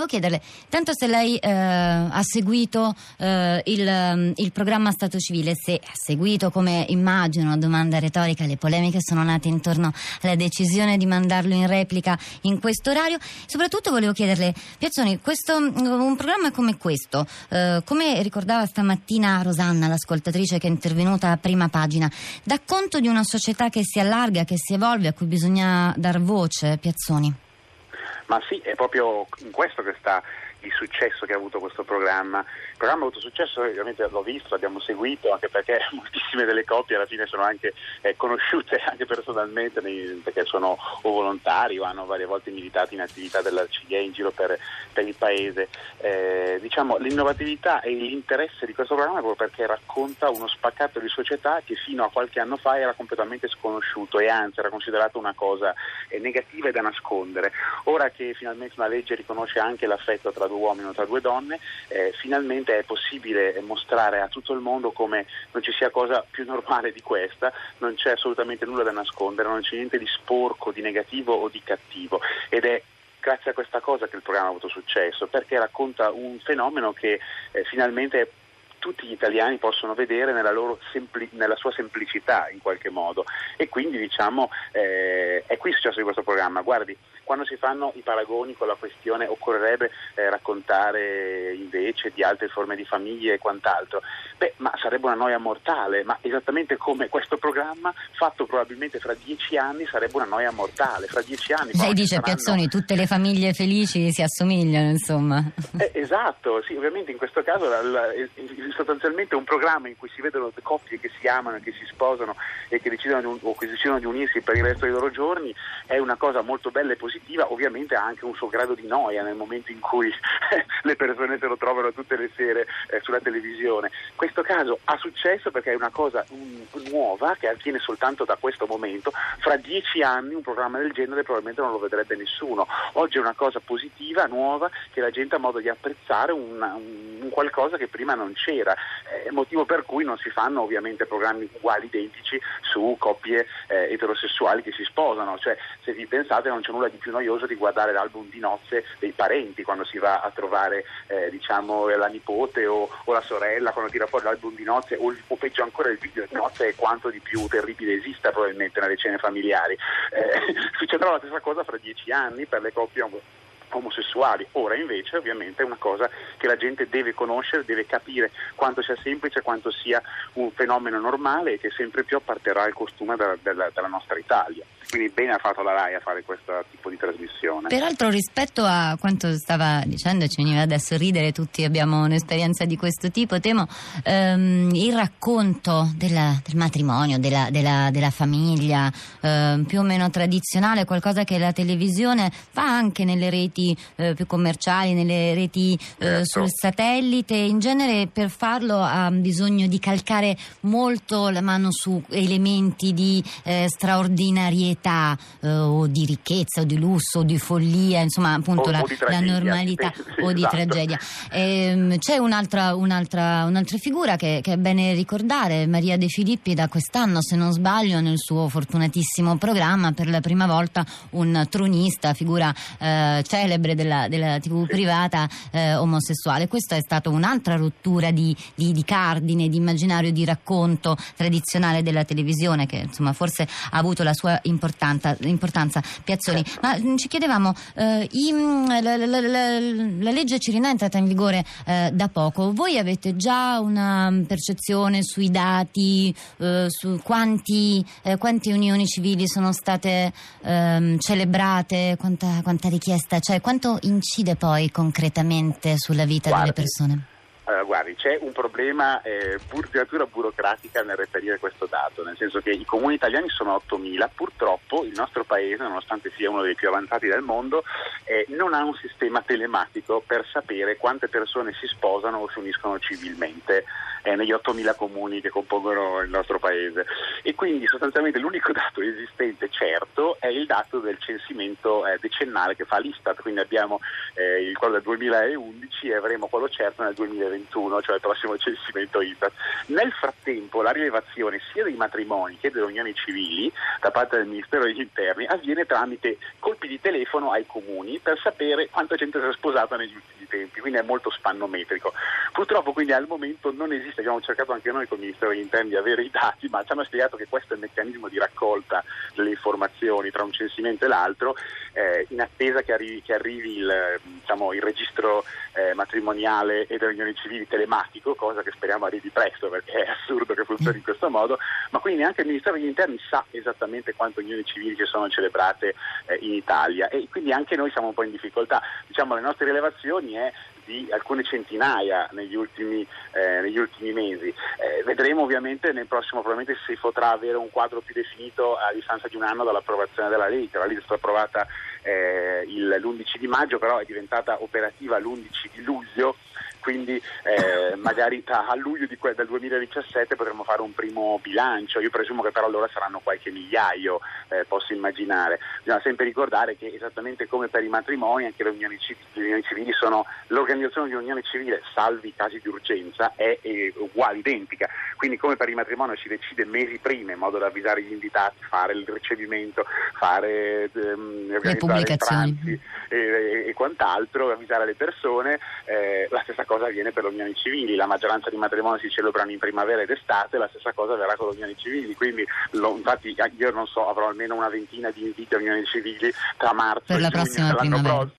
chiederle tanto se lei ha seguito il programma Stato Civile, se ha seguito, come immagino, una domanda retorica, le polemiche sono nate intorno alla decisione di mandarlo in replica in questo orario. Soprattutto volevo chiederle, Piazzoni, un programma come questo, come ricordava stamattina Rosanna, l'ascoltatrice che è intervenuta a Prima Pagina, dà conto di una società che si allarga, che si evolve, a cui bisogna dar voce, Piazzoni? Ma sì, è proprio in questo che sta il successo che ha avuto questo programma. Il programma ha avuto successo, ovviamente l'ho visto, l'abbiamo seguito, anche perché moltissime delle coppie alla fine sono anche conosciute anche personalmente, perché sono o volontari o hanno varie volte militato in attività dell'Arcigay in giro per il paese. Diciamo, l'innovatività e l'interesse di questo programma è proprio perché racconta uno spaccato di società che fino a qualche anno fa era completamente sconosciuto e anzi era considerato una cosa negativa e da nascondere. Ora che finalmente una legge riconosce anche l'affetto tra due uomini o tra due donne, finalmente è possibile mostrare a tutto il mondo come non ci sia cosa più normale di questa, non c'è assolutamente nulla da nascondere, non c'è niente di sporco, di negativo o di cattivo, ed è grazie a questa cosa che il programma ha avuto successo, perché racconta un fenomeno che finalmente tutti gli italiani possono vedere nella sua semplicità in qualche modo, e quindi diciamo è qui il successo di questo programma. Guardi, quando si fanno i paragoni con la questione occorrerebbe raccontare invece di altre forme di famiglie e quant'altro, ma sarebbe una noia mortale, ma esattamente come questo programma fatto probabilmente fra 10 anni sarebbe una noia mortale. Fra 10 anni lei dice, Piazzoni, tutte le famiglie felici si assomigliano, insomma. Esatto, sì, ovviamente in questo caso sostanzialmente un programma in cui si vedono coppie che si amano e che si sposano e che decidono di unirsi per il resto dei loro giorni è una cosa molto bella e positiva. Ovviamente ha anche un suo grado di noia nel momento in cui le persone se lo trovano tutte le sere sulla televisione. In questo caso ha successo perché è una cosa nuova che avviene soltanto da questo momento. Fra 10 anni un programma del genere probabilmente non lo vedrebbe nessuno. Oggi è una cosa positiva, nuova, che la gente ha modo di apprezzare, un qualcosa che prima non c'era, motivo per cui non si fanno ovviamente programmi uguali, identici, su coppie eterosessuali che si sposano. Cioè, se vi pensate, non c'è nulla di più noioso di guardare l'album di nozze dei parenti quando si va a trovare la nipote o la sorella, quando tira fuori l'album di nozze, o peggio ancora il video di nozze, è quanto di più terribile esista probabilmente nelle cene familiari. Succederà la stessa cosa fra 10 anni per le coppie omosessuali. Ora invece ovviamente è una cosa che la gente deve conoscere, deve capire quanto sia semplice, quanto sia un fenomeno normale e che sempre più apparterà al costume della nostra Italia. Quindi bene ha fatto la RAI a fare questo tipo di trasmissione. Peraltro, rispetto a quanto stava dicendo, ci veniva da sorridere, tutti abbiamo un'esperienza di questo tipo, temo il racconto del matrimonio, della famiglia più o meno tradizionale, qualcosa che la televisione fa anche nelle reti più commerciali, nelle reti sul satellite. In genere per farlo ha bisogno di calcare molto la mano su elementi di straordinarietà o di ricchezza o di lusso o di follia, insomma appunto la normalità o di tragedia. C'è un'altra figura che è bene ricordare, Maria De Filippi, da quest'anno se non sbaglio nel suo fortunatissimo programma per la prima volta un tronista, figura celebre della TV privata omosessuale. Questa è stata un'altra rottura di cardine, di immaginario, di racconto tradizionale della televisione, che insomma forse ha avuto la sua importanza. Piazzoni, ma ci chiedevamo, la legge Cirinnà è entrata in vigore da poco. Voi avete già una percezione sui dati, su quanti unioni civili sono state celebrate, quanta richiesta c'è, quanto incide poi concretamente sulla vita delle persone? Guardi, c'è un problema di natura burocratica nel reperire questo dato, nel senso che i comuni italiani sono 8.000, purtroppo il nostro paese, nonostante sia uno dei più avanzati del mondo, non ha un sistema telematico per sapere quante persone si sposano o si uniscono civilmente negli 8.000 comuni che compongono il nostro paese. E quindi sostanzialmente l'unico dato esistente certo è il dato del censimento decennale che fa l'Istat, quindi abbiamo quello del 2011 e avremo quello certo nel 2021, cioè il prossimo censimento Istat. Nel frattempo la rilevazione sia dei matrimoni che delle unioni civili da parte del Ministero degli Interni avviene tramite colpi di telefono ai comuni per sapere quanta gente si è sposata negli ultimi tempi, quindi è molto spannometrico. Purtroppo quindi al momento non esiste, abbiamo cercato anche noi con il Ministero degli Interni di avere i dati, ma ci hanno spiegato che questo è il meccanismo di raccolta delle informazioni tra un censimento e l'altro, in attesa che arrivi il registro matrimoniale e delle unioni civili telematico, cosa che speriamo arrivi presto perché è assurdo che funzioni in questo modo, ma quindi neanche il Ministero degli Interni sa esattamente quante unioni civili ci sono celebrate in Italia, e quindi anche noi siamo un po' in difficoltà. Diciamo, le nostre rilevazioni è di alcune centinaia negli ultimi mesi. Vedremo ovviamente nel prossimo, probabilmente si potrà avere un quadro più definito a distanza di un anno dall'approvazione della legge. La legge è stata approvata l'11 di maggio, però è diventata operativa l'11 di luglio, quindi magari a luglio del 2017 potremo fare un primo bilancio. Io presumo che però allora saranno qualche migliaio, posso immaginare. Bisogna sempre ricordare che esattamente come per i matrimoni, anche le unioni civili sono l'organizzazione di un'unione civile, salvi casi di urgenza, è uguale, identica. Quindi come per il matrimonio si decide mesi prima in modo da avvisare gli invitati, fare il ricevimento, fare le pubblicazioni e quant'altro, avvisare le persone, la stessa cosa avviene per le unioni civili. La maggioranza di matrimoni si celebrano in primavera ed estate, la stessa cosa avverrà con le unioni civili, quindi infatti io non so, avrò almeno una ventina di inviti a unioni civili tra marzo per e la giugno prossima dell'anno primavera. prossimo.